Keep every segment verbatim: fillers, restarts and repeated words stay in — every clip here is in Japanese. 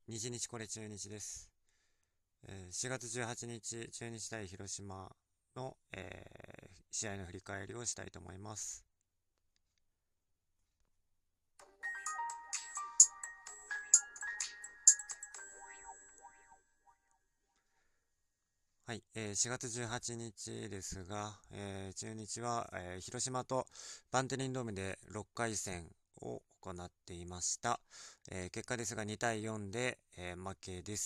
日日これ中日です。えーしがつじゅうはちにち、中日対広島の、えー試合の振り返りをしたいと思います。はい、えーしがつじゅうはちにちですが、えー中日は、えー広島とバンテリンドームでろっかい戦を行っていました。えー結果ですがに対よんで、えー負けです。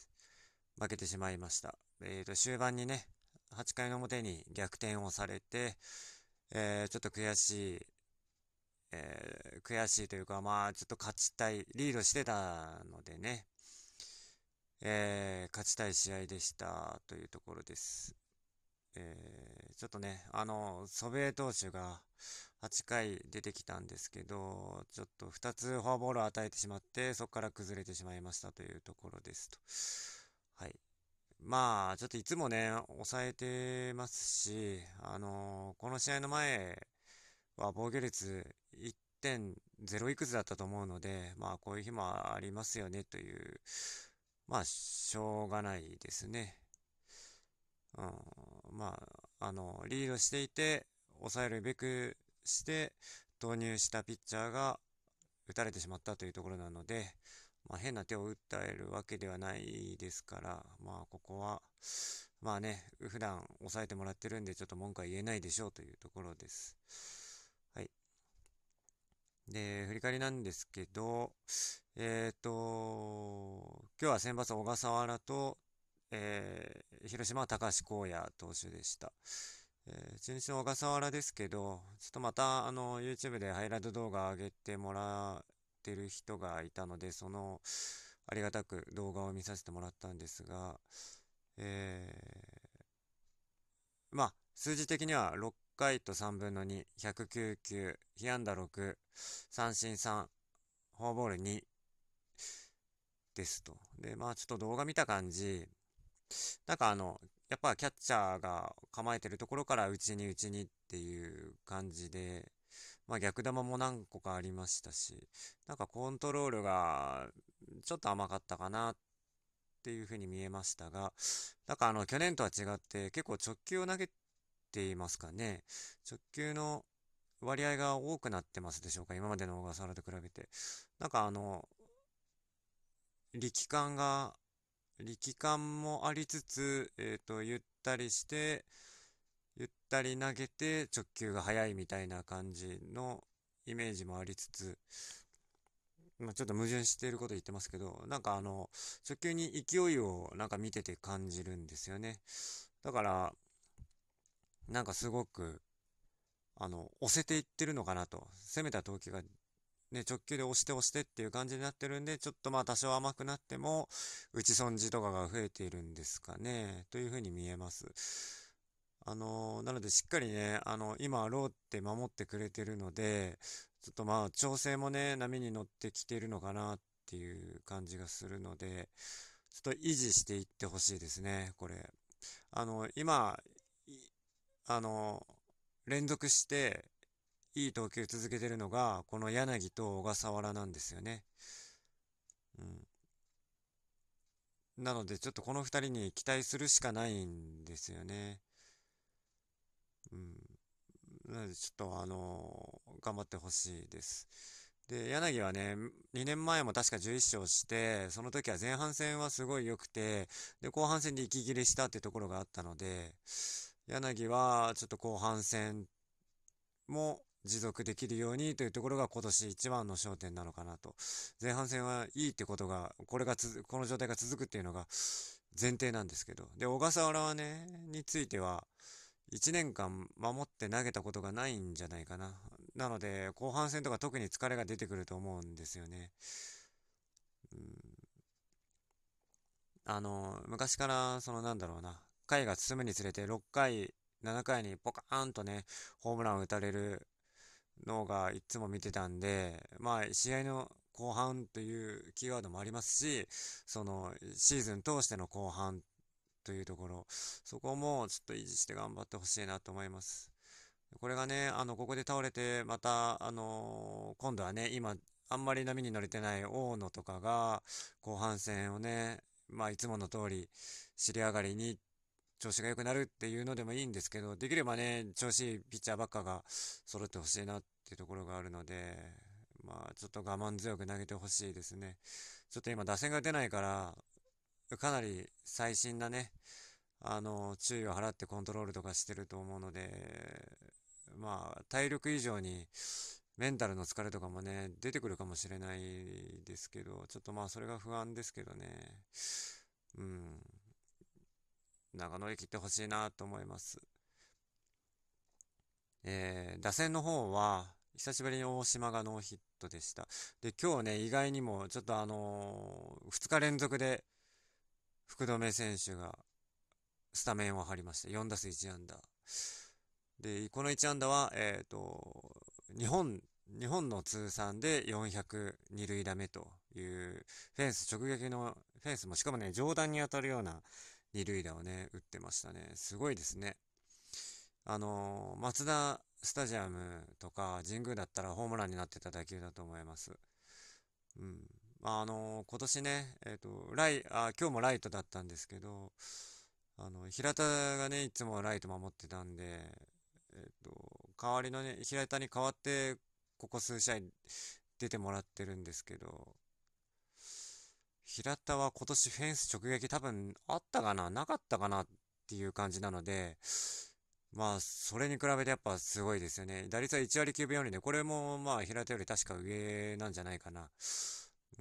負けてしまいました。えーと、終盤にね、はちかいの表に逆転をされて、えーちょっと悔しい、えー悔しいというか、まあ、ちょっと勝ちたい、リードしてたのでね、えー勝ちたい試合でしたというところです。えーちょっとね、あの、祖米投手がはちかい出てきたんですけど、ちょっとふたつフォアボールを与えてしまって、そこから崩れてしまいましたというところですと。はい。まあ、ちょっといつもね、抑えてますし、あのこの試合の前は防御率いってんゼロいくつだったと思うので、まあこういう日もありますよねという、まあしょうがないですね。うん、まあ、あの、リードしていて、抑えるべくして投入したピッチャーが打たれてしまったというところなので、まあ、変な手を打ったえるわけではないですから、まあここは、まあね、普段抑えてもらってるんでちょっと文句は言えないでしょうというところです。はい。で、振り返りなんですけど、えっと、今日は先発小笠原と、えー広島は高橋光也投手でした。えー中日の小笠原ですけど、ちょっとまたあの YouTube でハイライト動画上げてもらってる人がいたので、そのありがたく動画を見させてもらったんですが、えーまあ数字的にはろっかいとさんぶんのに、ひゃくきゅう球、被安打ろく、三振さん、フォアボールにですと。で、まあちょっと動画見た感じ、なんかあの、やっぱキャッチャーが構えてるところから内に内にっていう感じで、まあ逆球も何個かありましたし、なんかコントロールがちょっと甘かったかなっていうふうに見えましたが、なんかあの去年とは違って結構直球を投げていますかね。直球の割合が多くなってますでしょうか、今までの小笠原と比べて。なんかあの、力感が力感もありつつ、えっと、ゆったりして、ゆったり投げて直球が速いみたいな感じのイメージもありつつ、まあ、ちょっと矛盾していること言ってますけど、なんかあの、直球に勢いをなんか見てて感じるんですよね。だから、なんかすごく、あの、押せていってるのかなと。攻めた投球がね、直球で押して押してっていう感じになってるんで、ちょっとまあ多少甘くなっても、打ち損じとかが増えているんですかね、というふうに見えます。あのーなのでしっかりね、あの、今、ローって守ってくれてるので、ちょっとまあ、調整もね、波に乗ってきてるのかなっていう感じがするので、ちょっと維持していってほしいですね、これ。あの、今、いあの、連続して、いい投球続けてるのが、この柳と小笠原なんですよね。うん。なので、ちょっとこの二人に期待するしかないんですよね。うん。なので、ちょっとあのー頑張ってほしいです。で、柳はね、にねんまえも確かじゅういっ勝して、その時は前半戦はすごい良くて、で、後半戦で息切れしたってところがあったので、柳はちょっと後半戦も持続できるようにというところが今年一番の焦点なのかなと。前半戦はいいってことが、これがつこの状態が続くっていうのが前提なんですけど。で、小笠原はね、については、いちねんかん守って投げたことがないんじゃないかな。なので、後半戦とか特に疲れが出てくると思うんですよね。うん、あの、昔から、そのなんだろうな、回が進むにつれてろっかい、ななかいにポカーンとね、ホームランを打たれるのがいつも見てたんで、まあ、試合の後半というキーワードもありますし、そのシーズン通しての後半というところ、そこもちょっと維持して頑張ってほしいなと思います。これがね、あの、ここで倒れて、また、あのー今度はね、今、 あんまり波に乗れてない大野とかが後半戦をね、まあいつもの通り尻上がりに調子が良くなるっていうのでもいいんですけど、できればね、調子いいピッチャーばっかが揃ってほしいなっていうところがあるので、まあちょっと我慢強く投げてほしいですね。ちょっと今打線が出ないから、かなり最新なね、あの、注意を払ってコントロールとかしてると思うので、まあ体力以上にメンタルの疲れとかもね、出てくるかもしれないですけど、ちょっとまあそれが不安ですけどね。うん。長野へ来てほしいなと思います。えー、打線の方は、久しぶりに大島がノーヒットでした。で、今日ね、意外にも、ちょっとあのー、ふつか連続で福留選手がスタメンを張りました。よん打数いち安打。で、このいち安打は、えっと、日本、日本の通算でよんひゃくに塁打目という、フェンス直撃の、フェンスもしかもね、上段に当たるようなに塁打をね、打ってましたね。すごいですね。あのー、マツダスタジアムとか神宮だったらホームランになってた打球だと思います。うん。まあ、あのー今年ね、えっと、ライ、あ、今日もライトだったんですけど、あの、平田がね、いつもライト守ってたんで、えっと、代わりのね、平田に代わって、ここ数試合出てもらってるんですけど、平田は今年フェンス直撃多分あったかななかったかなっていう感じなので、まあ、それに比べてやっぱすごいですよね。打率はいち割きゅうぶよん厘で、これもまあ、平田より確か上なんじゃないかな。うん。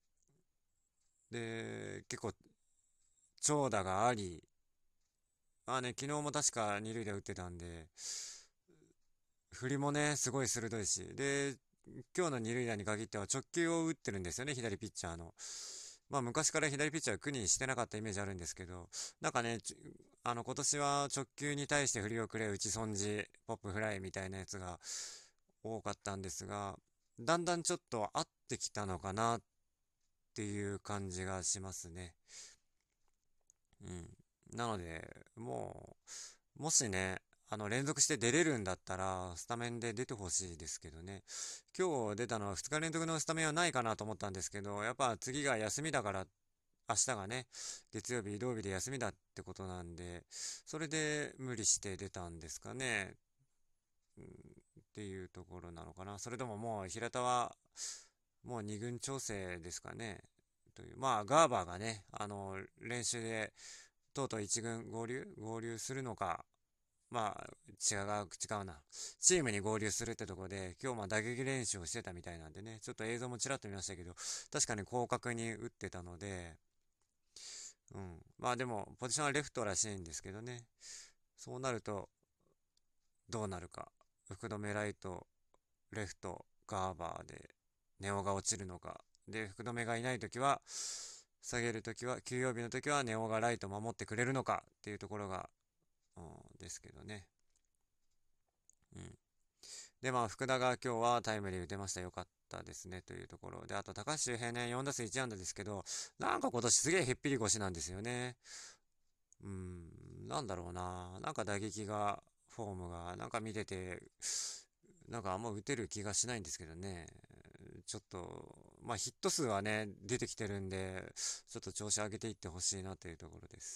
で、結構、長打があり、まあね、昨日も確か二塁で打ってたんで、振りもね、すごい鋭いし、で、今日の二塁打に限っては直球を打ってるんですよね、左ピッチャーの。まあ昔から左ピッチャーを苦にしてなかったイメージあるんですけど、なんかね、ちあの今年は直球に対して振り遅れ、打ち損じ、ポップフライみたいなやつが多かったんですが、だんだんちょっと合ってきたのかなっていう感じがしますね。うん。なので、もう、もしね、あの、連続して出れるんだったら、スタメンで出てほしいですけどね。今日出たのはふつか連続のスタメンはないかなと思ったんですけど、やっぱ次が休みだから、明日がね、月曜日、移動日で休みだってことなんで、それで無理して出たんですかね。うん、っていうところなのかな。それとももう平田は、もうに軍調整ですかね。という、まあ、ガーバーがね、あの、練習で、とうとう一軍合流合流するのか、まあ、違う、違うな。チームに合流するってところで、今日まあ打撃練習をしてたみたいなんでね、ちょっと映像もちらっと見ましたけど、確かに広角に打ってたので、うん。まあでも、ポジションはレフトらしいんですけどね。そうなると、どうなるか。福留ライト、レフト、ガーバーで、ネオが落ちるのか。で、福留がいないときは、下げるときは、休養日のときはネオがライト守ってくれるのかっていうところが、うん、ですけどね。うん。で、まあ、福田が今日はタイムリー打てました。よかったですね。というところで、あと、高橋周平ね、よん打数いち安打ですけど、なんか今年すげえへっぴり腰なんですよね。うん、なんだろうな。なんか打撃が、フォームが、なんか見てて、なんかあんま打てる気がしないんですけどね。ちょっと、まあヒット数はね、出てきてるんで、ちょっと調子上げていってほしいなというところです。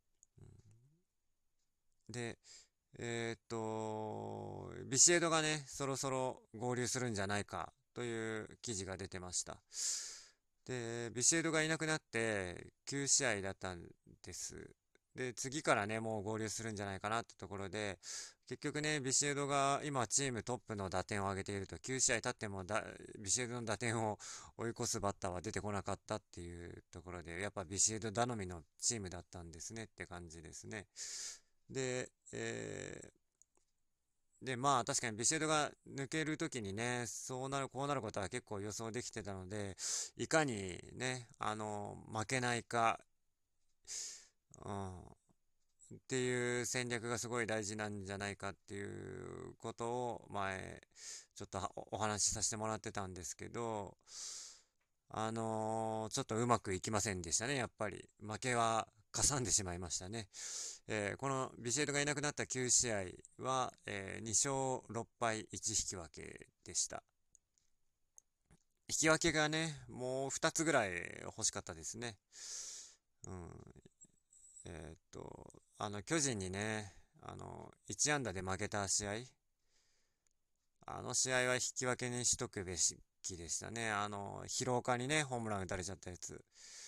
で、えーっと、ビシエドがね、そろそろ合流するんじゃないかという記事が出てました。で、ビシエドがいなくなってきゅう試合だったんです。で、次からね、もう合流するんじゃないかなってところで、結局ね、ビシエドが今チームトップの打点を上げていると、きゅう試合経ってもだビシエドの打点を追い越すバッターは出てこなかったっていうところで、やっぱビシエド頼みのチームだったんですねって感じですね。で、えーで、まあ確かにビシエドが抜けるときにね、そうなる、こうなることは結構予想できてたので、いかにね、あの、負けないか、うん、っていう戦略がすごい大事なんじゃないかっていうことを前、ちょっとおお話しさせてもらってたんですけど、あのーちょっとうまくいきませんでしたね、やっぱり。負けはかさんでしまいましたね。えーこのビシエドがいなくなったきゅう試合は、えーに勝ろっ敗いち引き分けでした。 引き分けがね、もうふたつぐらい欲しかったですね。うん。えーっと、あの、巨人にね、あの、いち安打で負けた試合、あの試合は引き分けにしとくべきでしたね。あの、廣岡にね、ホームラン打たれちゃったやつ。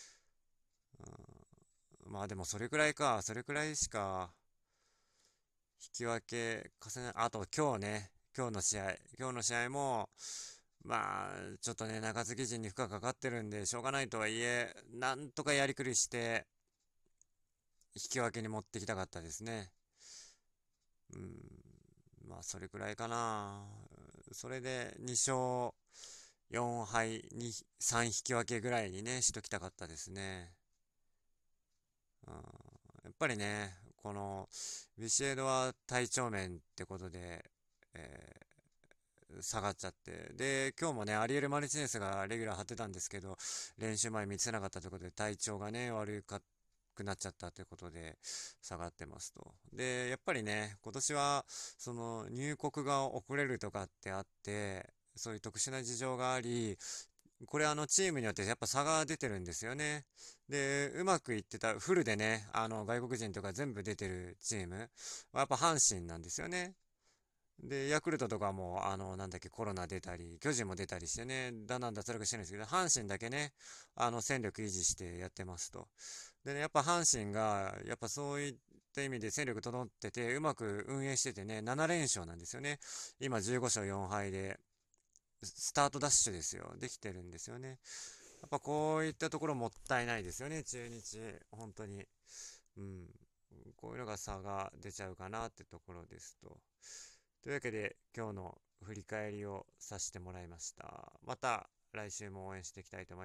まあでもそれくらいか、それくらいしか引き分けかせない。あと今日ね、今日の試合、今日の試合も、まあ、ちょっとね、中継ぎ陣に負荷かかってるんで、しょうがないとはいえ、なんとかやりくりして、引き分けに持ってきたかったですね。うん、まあ、それくらいかな。それでに勝よん敗に、さん引き分けぐらいにね、しときたかったですね。うん、やっぱりね、この、ビシエドは体調面ってことで、えー下がっちゃって、で、今日もね、アリエル・マルチネスがレギュラー張ってたんですけど、練習前見せなかったということで、体調がね、悪くなっちゃったということで、下がってますと。で、やっぱりね、今年は、その、入国が遅れるとかってあって、そういう特殊な事情があり、これあのチームによってやっぱ差が出てるんですよね。で、うまくいってた、フルでね、あの外国人とか全部出てるチームはやっぱ阪神なんですよね。で、ヤクルトとかも、あの、なんだっけ、コロナ出たり、巨人も出たりしてね、だんだん脱落してるんですけど、阪神だけね、あの、戦力維持してやってますと。でね、やっぱ阪神が、やっぱそういった意味で戦力整ってて、うまく運営しててね、なな連勝なんですよね。今じゅうご勝よん敗で、スタートダッシュですよ。できてるんですよね。やっぱこういったところもったいないですよね、中日。本当に。うん。こういうのが差が出ちゃうかなってところですと。というわけで今日の振り返りをさせてもらいました。また来週も応援していきたいと思います。